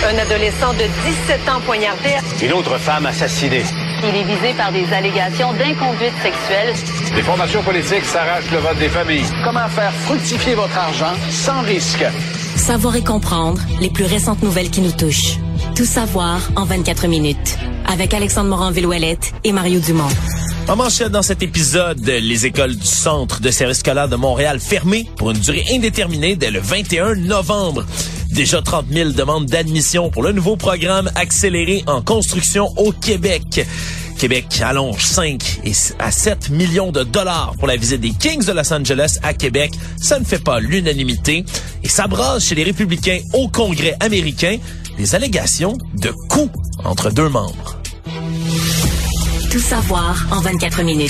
Un adolescent de 17 ans poignardé. Une autre femme assassinée. Il est visé par des allégations d'inconduite sexuelle. Les formations politiques s'arrachent le vote des familles. Comment faire fructifier votre argent sans risque? Savoir et comprendre les plus récentes nouvelles qui nous touchent. Tout savoir en 24 minutes. Avec Alexandre Morin-Villouellette et Mario Dumont. En manchette dans cet épisode, les écoles du Centre de services scolaires de Montréal fermées pour une durée indéterminée dès le 21 novembre. Déjà 30 000 demandes d'admission pour le nouveau programme accéléré en construction au Québec. Québec allonge 5 à 7 millions de dollars pour la visite des Kings de Los Angeles à Québec. Ça ne fait pas l'unanimité. Et ça brasse chez les républicains au Congrès américain des allégations de coups entre deux membres. Tout savoir en 24 minutes.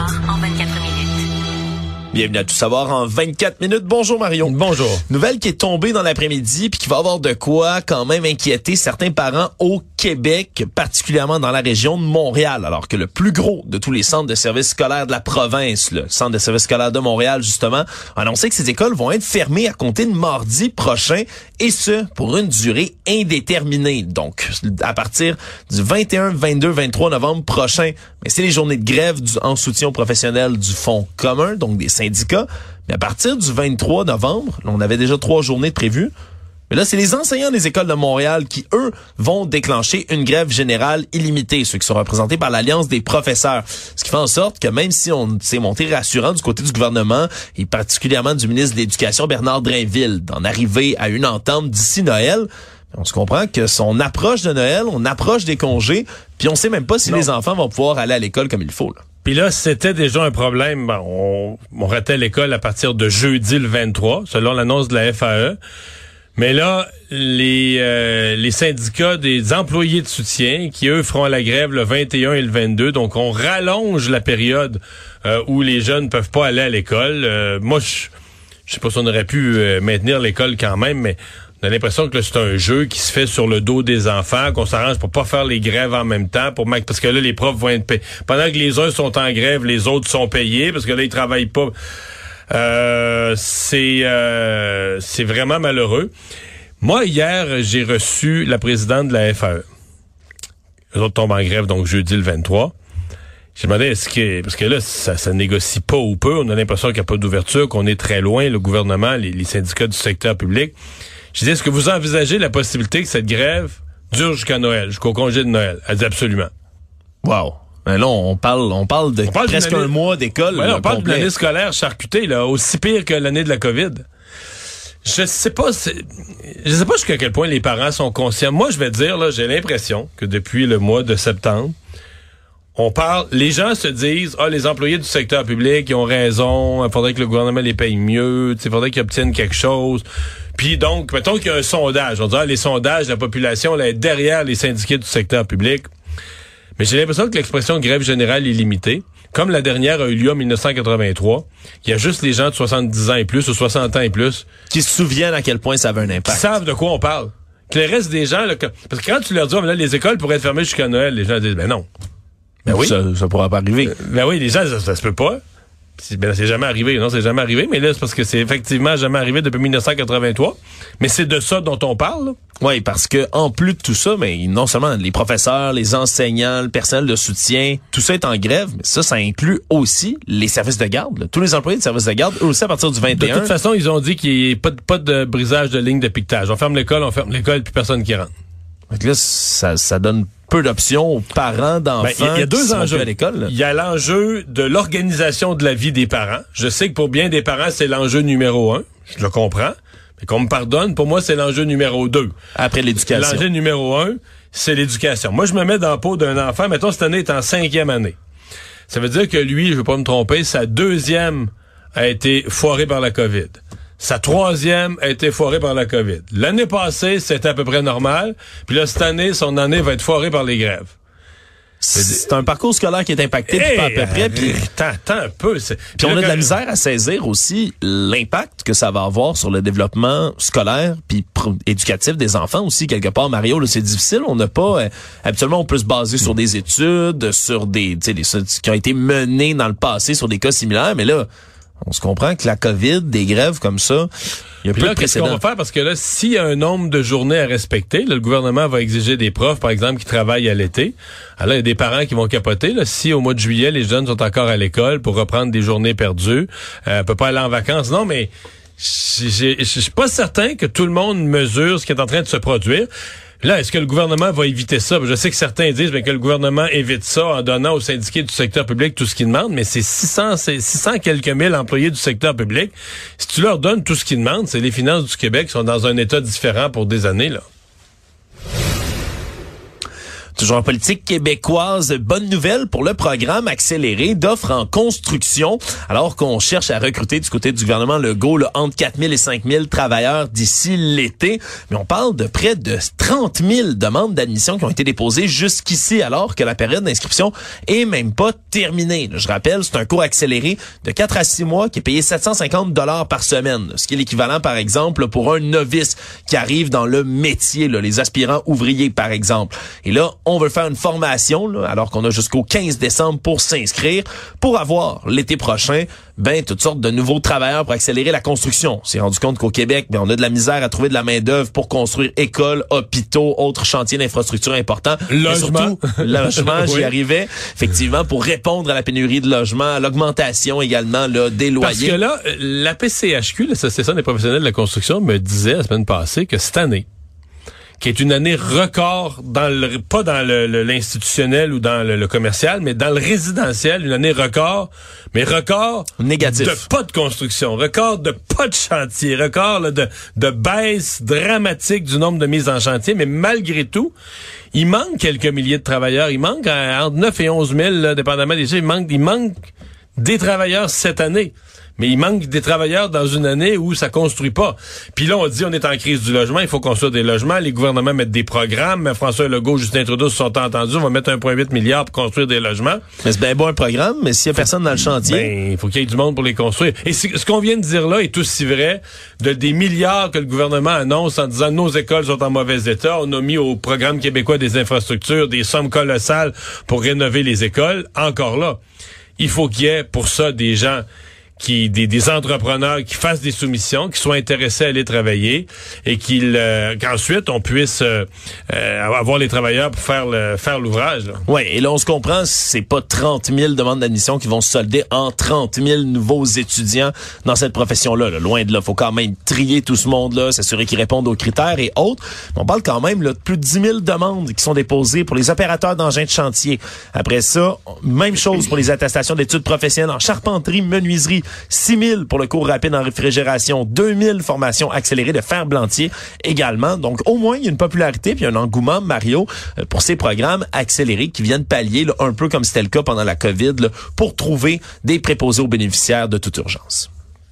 Bienvenue à Tout savoir en 24 minutes. Bonjour Marion. Bonjour. Nouvelle qui est tombée dans l'après-midi puis qui va avoir de quoi quand même inquiéter certains parents au Québec, particulièrement dans la région de Montréal, alors que le plus gros de tous les centres de services scolaires de la province, le Centre de services scolaires de Montréal justement, a annoncé que ces écoles vont être fermées à compter de mardi prochain et ce, pour une durée indéterminée. Donc, à partir du 21, 22, 23 novembre prochain. Mais c'est les journées de grève en soutien aux professionnels du Fonds commun, donc des syndicats. Mais à partir du 23 novembre, on avait déjà 3 journées de prévues. Mais là, c'est les enseignants des écoles de Montréal qui, eux, vont déclencher une grève générale illimitée, ceux qui sont représentés par l'Alliance des professeurs. Ce qui fait en sorte que même si on s'est monté rassurant du côté du gouvernement, et particulièrement du ministre de l'Éducation, Bernard Drinville, d'en arriver à une entente d'ici Noël, on se comprend que on approche de Noël, on approche des congés, puis on sait même pas si les enfants vont pouvoir aller à l'école comme il faut, là. Puis là, c'était déjà un problème. Bon, on ratait l'école à partir de jeudi le 23, selon l'annonce de la FAE. Mais là, les syndicats des employés de soutien, qui eux feront la grève le 21 et le 22, donc on rallonge la période où les jeunes peuvent pas aller à l'école. Moi, je sais pas si on aurait pu maintenir l'école quand même, mais on a l'impression que là, c'est un jeu qui se fait sur le dos des enfants, qu'on s'arrange pour pas faire les grèves en même temps, parce que là, les profs vont être payés. Pendant que les uns sont en grève, les autres sont payés, parce que là, ils travaillent pas. C'est vraiment malheureux. Moi, hier, j'ai reçu la présidente de la FAE. Eux autres tombent en grève, donc jeudi le 23. J'ai demandé parce que là, ça négocie pas ou peu. On a l'impression qu'il n'y a pas d'ouverture, qu'on est très loin, le gouvernement, les syndicats du secteur public. Je disais, est-ce que vous envisagez la possibilité que cette grève dure jusqu'à Noël, jusqu'au congé de Noël? Elle dit absolument. Wow. Ben là, on parle de presque un mois d'école. Ouais, on parle de l'année scolaire charcutée, là, aussi pire que l'année de la COVID. Je sais pas jusqu'à quel point les parents sont conscients. Moi, je vais dire, là, j'ai l'impression que depuis le mois de septembre, les gens se disent, les employés du secteur public, ils ont raison, il faudrait que le gouvernement les paye mieux, il faudrait qu'ils obtiennent quelque chose. Puis donc, mettons qu'il y a un sondage, on dit, les sondages de la population, là, est derrière les syndiqués du secteur public. Mais j'ai l'impression que l'expression grève générale est limitée. Comme la dernière a eu lieu en 1983, il y a juste les gens de 70 ans et plus ou 60 ans et plus qui se souviennent à quel point ça avait un impact. Qui savent de quoi on parle. Que le reste des gens, là, parce que quand tu leur dis, là, les écoles pourraient être fermées jusqu'à Noël, les gens disent, ben non. Ben oui. Ça pourra pas arriver. Ben oui, les gens, ça se peut pas. C'est jamais arrivé. Non, c'est jamais arrivé. Mais là, c'est parce que c'est effectivement jamais arrivé depuis 1983. Mais c'est de ça dont on parle, là. Oui, parce que en plus de tout ça, mais non seulement les professeurs, les enseignants, le personnel de soutien, tout ça est en grève, mais ça inclut aussi les services de garde, là. Tous les employés de services de garde, eux aussi à partir du 21. De toute façon, ils ont dit qu'il n'y ait pas de brisage de ligne de piquetage. On ferme l'école, puis personne qui rentre. Donc là, ça donne peu d'options aux parents d'enfants. Il y a deux enjeux à l'école, là. Il y a l'enjeu de l'organisation de la vie des parents. Je sais que pour bien des parents, c'est l'enjeu numéro 1. Je le comprends. Mais qu'on me pardonne, pour moi, c'est l'enjeu numéro 2. Après l'éducation. L'enjeu numéro 1, c'est l'éducation. Moi, je me mets dans la peau d'un enfant. Mettons, cette année est en 5e année. Ça veut dire que lui, je veux pas me tromper, sa 2e a été foirée par la COVID. Sa 3e a été foirée par la COVID. L'année passée, c'était à peu près normal. Puis là, cette année, son année va être foirée par les grèves. C'est un parcours scolaire qui est impacté, pas à peu près. Puis Attends un peu. Puis on a de la misère à saisir aussi l'impact que ça va avoir sur le développement scolaire puis éducatif des enfants aussi, quelque part. Mario, là, c'est difficile. On n'a pas... habituellement, on peut se baser sur des études, sur des qui ont été menées dans le passé sur des cas similaires, mais là... On se comprend que la COVID, des grèves comme ça, il Il y a Puis peu là, de qu'est-ce qu'on précédents. va faire? Parce que là, s'il y a un nombre de journées à respecter, là, le gouvernement va exiger des profs, par exemple, qui travaillent à l'été. Alors là, il y a des parents qui vont capoter. Là, si au mois de juillet, les jeunes sont encore à l'école pour reprendre des journées perdues, peut pas aller en vacances. Non, mais je suis pas certain que tout le monde mesure ce qui est en train de se produire. Là, est-ce que le gouvernement va éviter ça? Je sais que certains disent que le gouvernement évite ça en donnant aux syndiqués du secteur public tout ce qu'ils demandent, mais c'est 600 quelques mille employés du secteur public. Si tu leur donnes tout ce qu'ils demandent, c'est les finances du Québec qui sont dans un état différent pour des années, là. Toujours en politique québécoise, bonne nouvelle pour le programme accéléré d'offres en construction, alors qu'on cherche à recruter du côté du gouvernement Legault là, entre 4 000 et 5 000 travailleurs d'ici l'été. Mais on parle de près de 30 000 demandes d'admission qui ont été déposées jusqu'ici, alors que la période d'inscription est même pas terminée. Je rappelle, c'est un cours accéléré de 4 à 6 mois qui est payé 750 $ par semaine, ce qui est l'équivalent, par exemple, pour un novice qui arrive dans le métier, là, les aspirants ouvriers, par exemple. Et là, on veut faire une formation, là, alors qu'on a jusqu'au 15 décembre pour s'inscrire, pour avoir l'été prochain, toutes sortes de nouveaux travailleurs pour accélérer la construction. On s'est rendu compte qu'au Québec, on a de la misère à trouver de la main-d'œuvre pour construire écoles, hôpitaux, autres chantiers d'infrastructures importants. Logement. Logement, Oui. j'y arrivais. Effectivement, pour répondre à la pénurie de logements, à l'augmentation également là, des loyers. Parce que là, la PCHQ, l'Association des professionnels de la construction, me disait la semaine passée que cette année, qui est une année record pas dans l'institutionnel ou dans le commercial, mais dans le résidentiel, une année record, mais record négatif. De pas de construction, record de pas de chantier, record là, de baisse dramatique du nombre de mises en chantier, mais malgré tout, il manque quelques milliers de travailleurs, il manque entre 9 et 11 000, là, dépendamment des choses, il manque des travailleurs cette année. Mais il manque des travailleurs dans une année où ça construit pas. Puis là, on dit on est en crise du logement, il faut construire des logements. Les gouvernements mettent des programmes. François Legault, Justin Trudeau se sont entendus. On va mettre 1,8 milliard pour construire des logements. Mais c'est bien beau un programme, mais s'il y a personne dans le chantier... Il faut qu'il y ait du monde pour les construire. Et ce qu'on vient de dire là est aussi vrai des milliards que le gouvernement annonce en disant nos écoles sont en mauvais état. On a mis au programme québécois des infrastructures des sommes colossales pour rénover les écoles. Encore là, il faut qu'il y ait pour ça des gens... des entrepreneurs qui fassent des soumissions, qui soient intéressés à aller travailler et qu'ensuite on puisse avoir les travailleurs pour faire l'ouvrage. Oui, et là on se comprend, c'est pas 30 000 demandes d'admission qui vont se solder en 30 000 nouveaux étudiants dans cette profession-là. Là. Loin de là, faut quand même trier tout ce monde-là, s'assurer qu'ils répondent aux critères et autres. Mais on parle quand même là, de plus de 10 000 demandes qui sont déposées pour les opérateurs d'engins de chantier. Après ça, même chose pour les attestations d'études professionnelles en charpenterie, menuiserie. 6 000 pour le cours rapide en réfrigération, 2 000 formations accélérées de ferblantier également. Donc, au moins, il y a une popularité puis un engouement, Mario, pour ces programmes accélérés qui viennent pallier, là, un peu comme c'était le cas pendant la COVID, là, pour trouver des préposés aux bénéficiaires de toute urgence.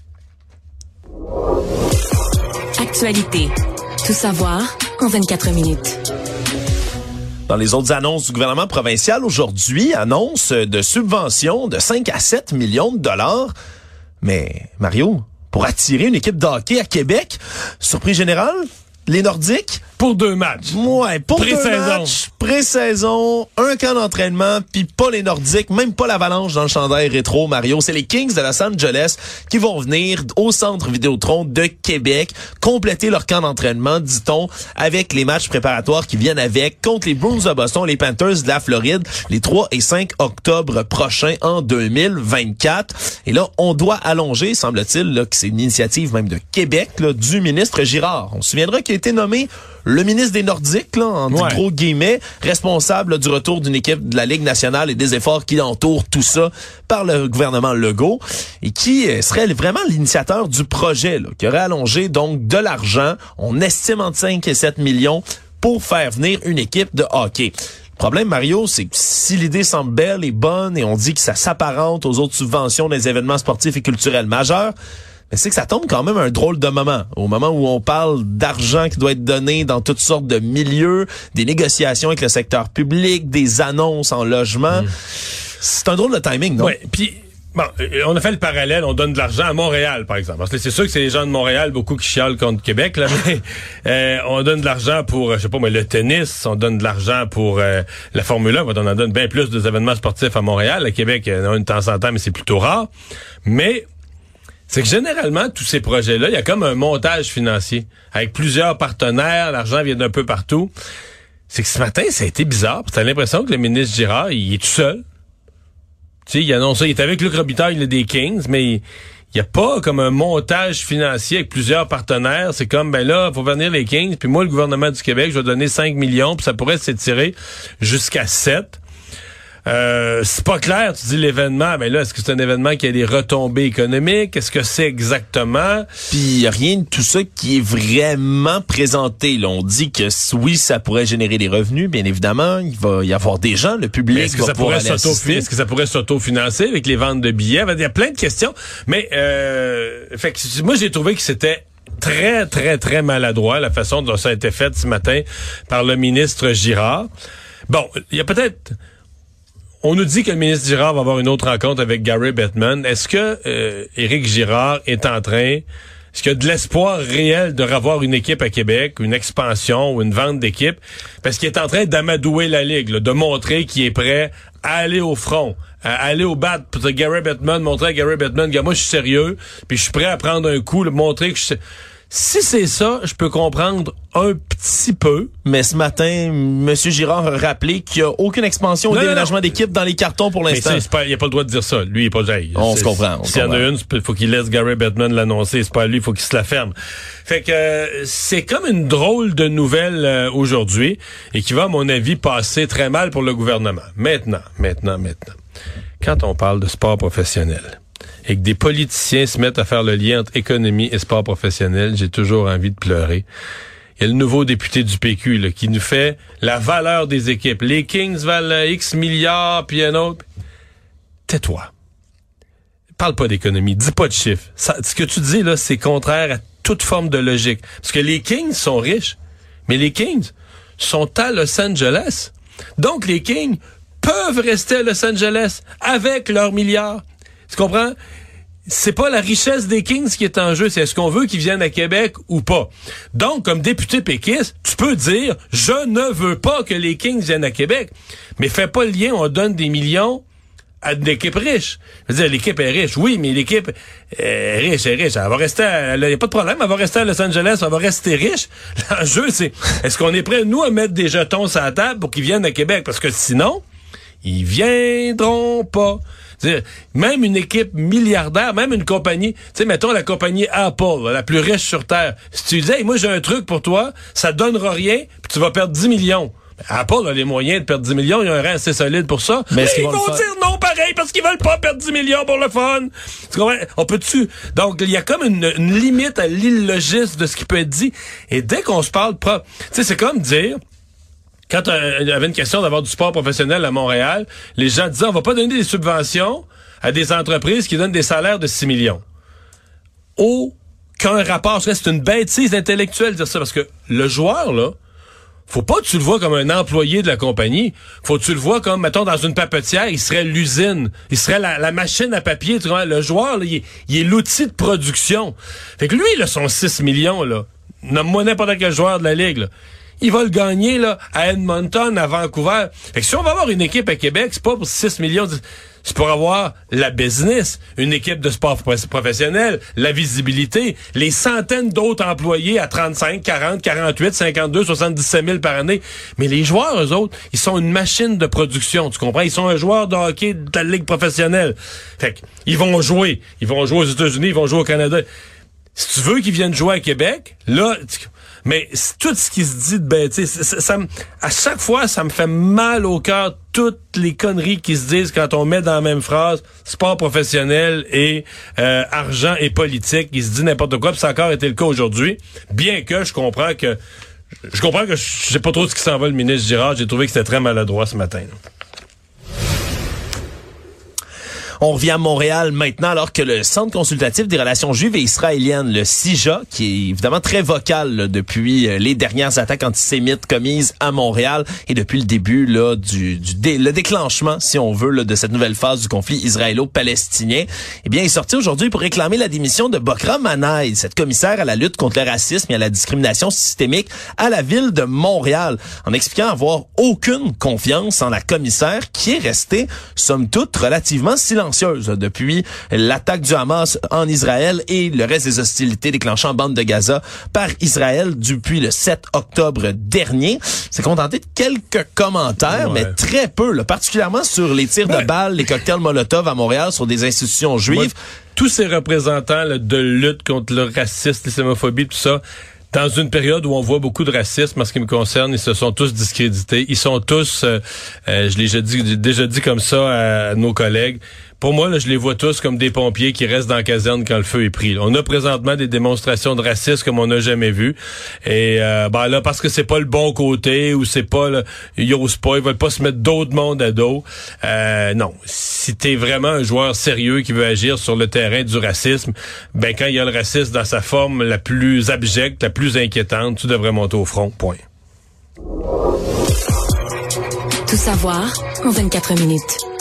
Actualité. Tout savoir en 24 minutes. Dans les autres annonces du gouvernement provincial aujourd'hui, annonce de subventions de 5 à 7 millions de dollars. Mais, Mario, pour attirer une équipe de hockey à Québec, surprise générale, les Nordiques... Pour 2 matchs. Ouais, pour 2 Pré-saison. matchs, pré-saison, un camp d'entraînement, puis pas les Nordiques, même pas l'Avalanche dans le chandail rétro, Mario. C'est les Kings de Los Angeles qui vont venir au Centre Vidéotron de Québec, compléter leur camp d'entraînement, dit-on, avec les matchs préparatoires qui viennent avec, contre les Bruins de Boston, les Panthers de la Floride, les 3 et 5 octobre prochains en 2024. Et là, on doit allonger, semble-t-il, là, que c'est une initiative même de Québec, là, du ministre Girard. On se souviendra qu'il a été nommé le ministre des Nordiques, là, en gros guillemets, responsable là, du retour d'une équipe de la Ligue nationale et des efforts qui entourent tout ça par le gouvernement Legault, et qui serait vraiment l'initiateur du projet, là, qui aurait allongé donc de l'argent, on estime entre 5 et 7 millions, pour faire venir une équipe de hockey. Le problème, Mario, c'est que si l'idée semble belle et bonne, et on dit que ça s'apparente aux autres subventions des événements sportifs et culturels majeurs, mais c'est que ça tombe quand même un drôle de moment. Au moment où on parle d'argent qui doit être donné dans toutes sortes de milieux, des négociations avec le secteur public, des annonces en logement. C'est un drôle de timing, non? Oui, puis... Bon, on a fait le parallèle, on donne de l'argent à Montréal, par exemple. Parce que c'est sûr que c'est les gens de Montréal, beaucoup qui chialent contre Québec, là. Mais, on donne de l'argent pour, je sais pas, mais le tennis, on donne de l'argent pour la Formule 1, on en donne bien plus des événements sportifs à Montréal. À Québec, on a une de temps en temps, mais c'est plutôt rare. Mais c'est que généralement, tous ces projets-là, il y a comme un montage financier avec plusieurs partenaires, l'argent vient d'un peu partout. C'est que ce matin, ça a été bizarre. T'as l'impression que le ministre Girard, il est tout seul. Tu sais, il annonce ça, il est avec Luc Robitaille, il a des Kings, mais il y a pas comme un montage financier avec plusieurs partenaires. C'est comme, ben là, faut venir les Kings, puis moi, le gouvernement du Québec, je vais donner 5 millions, puis ça pourrait s'étirer jusqu'à 7. C'est pas clair, tu dis l'événement, mais là, est-ce que c'est un événement qui a des retombées économiques? Est-ce que c'est exactement? Puis il n'y a rien de tout ça qui est vraiment présenté. Là, on dit que oui, ça pourrait générer des revenus, bien évidemment. Il va y avoir des gens, le public est-ce que va ça pouvoir pourrait est-ce que ça pourrait s'autofinancer avec les ventes de billets? Il y a plein de questions. Mais fait que moi, j'ai trouvé que c'était très, très, très maladroit la façon dont ça a été fait ce matin par le ministre Girard. Bon, il y a peut-être... On nous dit que le ministre Girard va avoir une autre rencontre avec Gary Bettman. Est-ce que Éric Girard est en train... Est-ce qu'il y a de l'espoir réel de revoir une équipe à Québec, une expansion ou une vente d'équipe? Parce qu'il est en train d'amadouer la Ligue, là, de montrer qu'il est prêt à aller au front, à aller au bat. Pour Gary Bettman, montrer à Gary Bettman, moi je suis sérieux, puis je suis prêt à prendre un coup, montrer que je suis... Si c'est ça, je peux comprendre un petit peu. Mais ce matin, M. Girard a rappelé qu'il n'y a aucune expansion ou déménagement d'équipe dans les cartons pour l'instant. Mais il n'a pas le droit de dire ça. Lui, il n'est pas... On se comprend. S'il y en a une, il faut qu'il laisse Gary Bettman l'annoncer. C'est pas lui, il faut qu'il se la ferme. Fait que c'est comme une drôle de nouvelle aujourd'hui et qui va, à mon avis, passer très mal pour le gouvernement. Maintenant. Quand on parle de sport professionnel et que des politiciens se mettent à faire le lien entre économie et sport professionnel, j'ai toujours envie de pleurer. Il y a le nouveau député du PQ là, qui nous fait la valeur des équipes. Les Kings valent X milliards, puis un autre. Tais-toi. Parle pas d'économie, dis pas de chiffres. Ce que tu dis là, c'est contraire à toute forme de logique. Parce que les Kings sont riches, mais les Kings sont à Los Angeles. Donc les Kings peuvent rester à Los Angeles avec leurs milliards. Tu comprends? C'est pas la richesse des Kings qui est en jeu, c'est est-ce qu'on veut qu'ils viennent à Québec ou pas. Donc, comme député péquiste, tu peux dire, je ne veux pas que les Kings viennent à Québec. Mais fais pas le lien, on donne des millions à une équipe riche. Je veux dire, l'équipe est riche, oui, mais l'équipe est riche. Elle va rester, il n'y a pas de problème, elle va rester à Los Angeles, elle va rester riche. L'enjeu, c'est, est-ce qu'on est prêt, nous, à mettre des jetons sur la table pour qu'ils viennent à Québec? Parce que sinon, ils viendront pas. C'est-à-dire, même une équipe milliardaire, même une compagnie, tu sais, mettons la compagnie Apple, la plus riche sur Terre. Si tu disais, hey, moi j'ai un truc pour toi, ça donnera rien, puis tu vas perdre 10 millions. Apple a les moyens de perdre 10 millions, il y a un rang assez solide pour ça. Mais ils vont dire non pareil, parce qu'ils veulent pas perdre 10 millions pour le fun. Tu comprends? On peut-tu... Donc, il y a comme une limite à l'illogisme de ce qui peut être dit. Et dès qu'on se parle propre, tu sais, c'est comme dire... Quand il y avait une question d'avoir du sport professionnel à Montréal, les gens disaient, on va pas donner des subventions à des entreprises qui donnent des salaires de 6 millions. Aucun rapport. C'est une bêtise intellectuelle de dire ça, parce que le joueur, là, faut pas que tu le vois comme un employé de la compagnie. Faut que tu le vois comme, mettons, dans une papetière, il serait l'usine. Il serait la machine à papier. Tu vois, le joueur, là, il est l'outil de production. Fait que lui, là, son 6 millions, là, nomme-moi n'importe quel joueur de la Ligue, là. Il va le gagner là à Edmonton, à Vancouver. Fait que si on va avoir une équipe à Québec, c'est pas pour 6 millions, c'est pour avoir la business, une équipe de sport professionnel, la visibilité, les centaines d'autres employés à 35, 40, 48, 52, 77 000 par année. Mais les joueurs, eux autres, ils sont une machine de production, tu comprends? Ils sont un joueur de hockey de la Ligue professionnelle. Fait que, ils vont jouer aux États-Unis, ils vont jouer au Canada. Si tu veux qu'ils viennent jouer à Québec, là... Mais tout ce qui se dit de bêtises, à chaque fois, ça me fait mal au cœur, toutes les conneries qui se disent quand on met dans la même phrase sport professionnel et argent et politique. Il se dit n'importe quoi, puis ça a encore été le cas aujourd'hui. Bien que je comprends que je sais pas trop ce qui s'en va le ministre Girard. J'ai trouvé que c'était très maladroit ce matin. Là. On revient à Montréal maintenant, alors que le Centre consultatif des relations juives et israéliennes, le CIJA, qui est évidemment très vocal là, depuis les dernières attaques antisémites commises à Montréal et depuis le début là le déclenchement, si on veut, là, de cette nouvelle phase du conflit israélo-palestinien, eh bien, est sorti aujourd'hui pour réclamer la démission de Bokra Manaï, cette commissaire à la lutte contre le racisme et à la discrimination systémique à la ville de Montréal, en expliquant avoir aucune confiance en la commissaire qui est restée, somme toute, relativement silencieuse silencieuse depuis l'attaque du Hamas en Israël et le reste des hostilités déclenchées en bande de Gaza par Israël depuis le 7 octobre dernier. C'est contenté de quelques commentaires, mais très peu, là, particulièrement sur les tirs de balles, les cocktails Molotov à Montréal sur des institutions juives. Tous ces représentants là, de lutte contre le racisme, l'islamophobie, tout ça, dans une période où on voit beaucoup de racisme, en ce qui me concerne, ils se sont tous discrédités. Ils sont tous, je l'ai déjà dit comme ça à nos collègues, pour moi, là, je les vois tous comme des pompiers qui restent dans la caserne quand le feu est pris. Là. On a présentement des démonstrations de racisme comme on n'a jamais vu. Et là, parce que c'est pas le bon côté ou c'est pas ils osent pas, ils veulent pas se mettre d'autres monde à dos. Non. Si t'es vraiment un joueur sérieux qui veut agir sur le terrain du racisme, ben quand il y a le racisme dans sa forme la plus abjecte, la plus inquiétante, tu devrais monter au front. Point. Tout savoir en 24 minutes.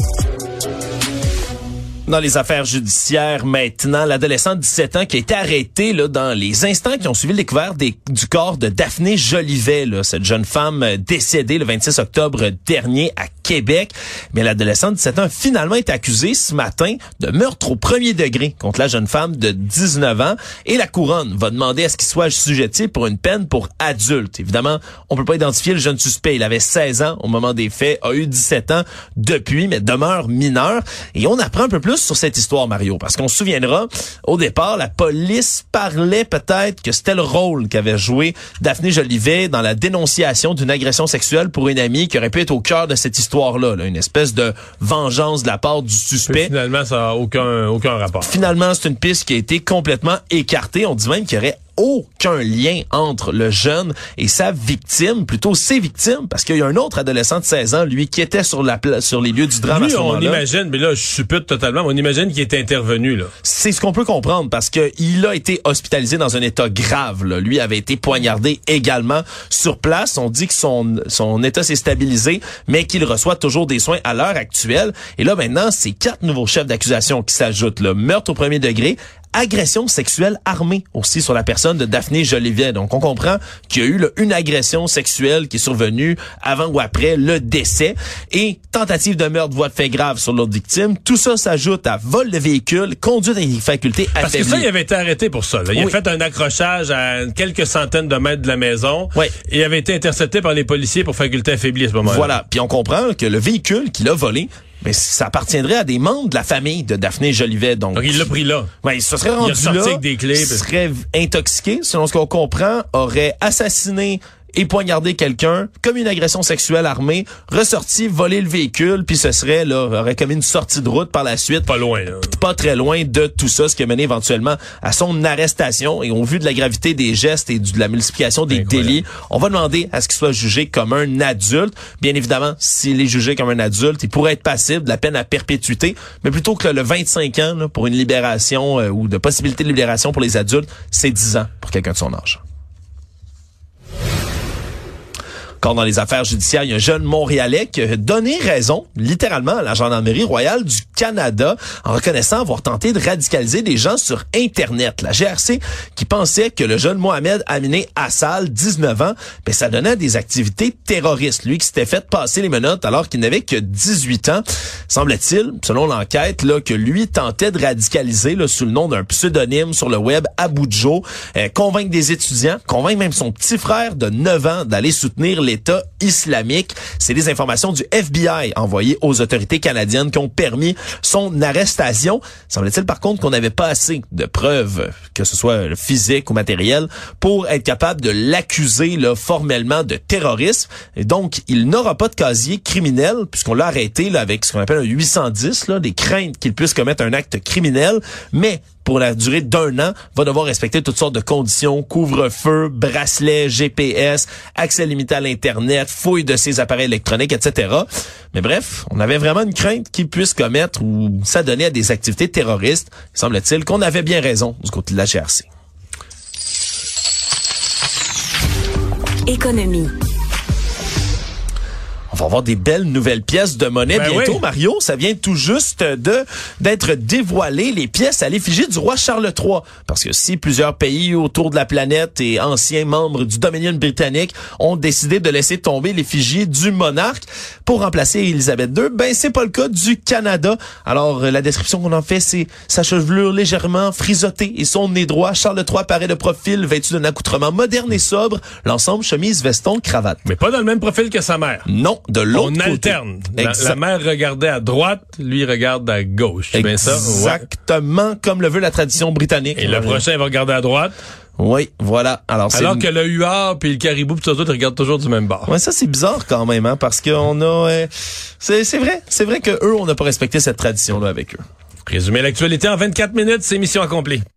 Dans les affaires judiciaires maintenant, l'adolescent de 17 ans qui a été arrêté là, dans les instants qui ont suivi le découvert du corps de Daphné Jolivet, là, cette jeune femme décédée le 26 octobre dernier à Québec. Mais l'adolescent de 17 ans a finalement été accusé ce matin de meurtre au premier degré contre la jeune femme de 19 ans. Et la couronne va demander à ce qu'il soit assujetti pour une peine pour adulte. Évidemment, on peut pas identifier le jeune suspect. Il avait 16 ans au moment des faits, a eu 17 ans depuis, mais demeure mineur. Et on apprend un peu plus sur cette histoire, Mario, parce qu'on se souviendra, au départ, la police parlait peut-être que c'était le rôle qu'avait joué Daphné Jolivet dans la dénonciation d'une agression sexuelle pour une amie qui aurait pu être au cœur de cette histoire-là, là, une espèce de vengeance de la part du suspect. Mais finalement, ça n'a aucun rapport. Finalement, c'est une piste qui a été complètement écartée. On dit même qu'il y aurait aucun lien entre le jeune et sa victime, plutôt ses victimes, parce qu'il y a un autre adolescent de 16 ans, lui, qui était sur les lieux du drame à ce moment-là. On imagine, mais là, je suppute totalement, on imagine qu'il est intervenu, là. C'est ce qu'on peut comprendre, parce que il a été hospitalisé dans un état grave, là. Lui avait été poignardé également sur place. On dit que son état s'est stabilisé, mais qu'il reçoit toujours des soins à l'heure actuelle. Et là, maintenant, c'est 4 nouveaux chefs d'accusation qui s'ajoutent, là. Meurtre au premier degré, agression sexuelle armée aussi sur la personne de Daphné Jolivet. Donc, on comprend qu'il y a eu là, une agression sexuelle qui est survenue avant ou après le décès et tentative de meurtre, voie de fait grave sur l'autre victime. Tout ça s'ajoute à vol de véhicule, conduite avec facultés affaiblies. Parce que ça, il avait été arrêté pour ça. Là. Il a fait un accrochage à quelques centaines de mètres de la maison. Oui. Et il avait été intercepté par les policiers pour facultés affaiblies à ce moment-là. Voilà. Puis on comprend que le véhicule qu'il a volé, mais ça appartiendrait à des membres de la famille de Daphné Jolivet. Donc il l'a pris là. Ouais, il se serait rendu là, avec des clés, il serait intoxiqué, selon ce qu'on comprend, aurait assassiné et poignardé quelqu'un, commis une agression sexuelle armée, ressorti, volé le véhicule, puis ce serait, là, aurait commis une sortie de route par la suite. Pas loin, là. Pas très loin de tout ça, ce qui a mené éventuellement à son arrestation. Et au vu de la gravité des gestes et de la multiplication des délits, on va demander à ce qu'il soit jugé comme un adulte. Bien évidemment, s'il est jugé comme un adulte, il pourrait être passible de la peine à perpétuité, mais plutôt que le 25 ans là, pour une libération ou de possibilité de libération pour les adultes, c'est 10 ans pour quelqu'un de son âge. Dans les affaires judiciaires, il y a un jeune Montréalais qui a donné raison, littéralement, à la Gendarmerie royale du Canada en reconnaissant avoir tenté de radicaliser des gens sur Internet. La GRC qui pensait que le jeune Mohamed Aminé Assal, 19 ans, ça donnait des activités terroristes. Lui qui s'était fait passer les menottes alors qu'il n'avait que 18 ans. Semble-t-il, selon l'enquête, là, que lui tentait de radicaliser là, sous le nom d'un pseudonyme sur le web, Abu Joe, convaincre des étudiants, convaincre même son petit frère de 9 ans d'aller soutenir l'État islamique. C'est des informations du FBI envoyées aux autorités canadiennes qui ont permis son arrestation. Semble-t-il par contre qu'on n'avait pas assez de preuves, que ce soit physiques ou matérielles, pour être capable de l'accuser là, formellement de terrorisme. Et donc, il n'aura pas de casier criminel puisqu'on l'a arrêté là, avec ce qu'on appelle un 810, là, des craintes qu'il puisse commettre un acte criminel, mais pour la durée d'1 an, va devoir respecter toutes sortes de conditions, couvre-feu, bracelet, GPS, accès limité à l'Internet, fouille de ses appareils électroniques, etc. Mais bref, on avait vraiment une crainte qu'il puisse commettre ou s'adonner à des activités terroristes. Il semble-t-il qu'on avait bien raison du côté de la GRC. On va avoir des belles nouvelles pièces de monnaie bientôt, oui. Mario. Ça vient tout juste d'être dévoilé, les pièces à l'effigie du roi Charles III. Parce que si plusieurs pays autour de la planète et anciens membres du Dominion britannique ont décidé de laisser tomber l'effigie du monarque pour remplacer Élisabeth II, ben c'est pas le cas du Canada. Alors la description qu'on en fait, c'est sa chevelure légèrement frisottée et son nez droit. Charles III apparaît de profil, vêtu d'un accoutrement moderne et sobre, l'ensemble chemise, veston, cravate. Mais pas dans le même profil que sa mère. Non, de l'autre côté. On alterne. La mère regardait à droite, lui regarde à gauche. C'est bien ça? Exactement comme le veut la tradition britannique. Et le prochain, il va regarder à droite. Oui, voilà. Alors que le huard puis le caribou pis tout ça, ils regardent toujours du même bord. Ouais, ça c'est bizarre quand même, hein, parce qu'on a, c'est vrai que eux, on n'a pas respecté cette tradition-là avec eux. Résumer l'actualité en 24 minutes, c'est mission accomplie.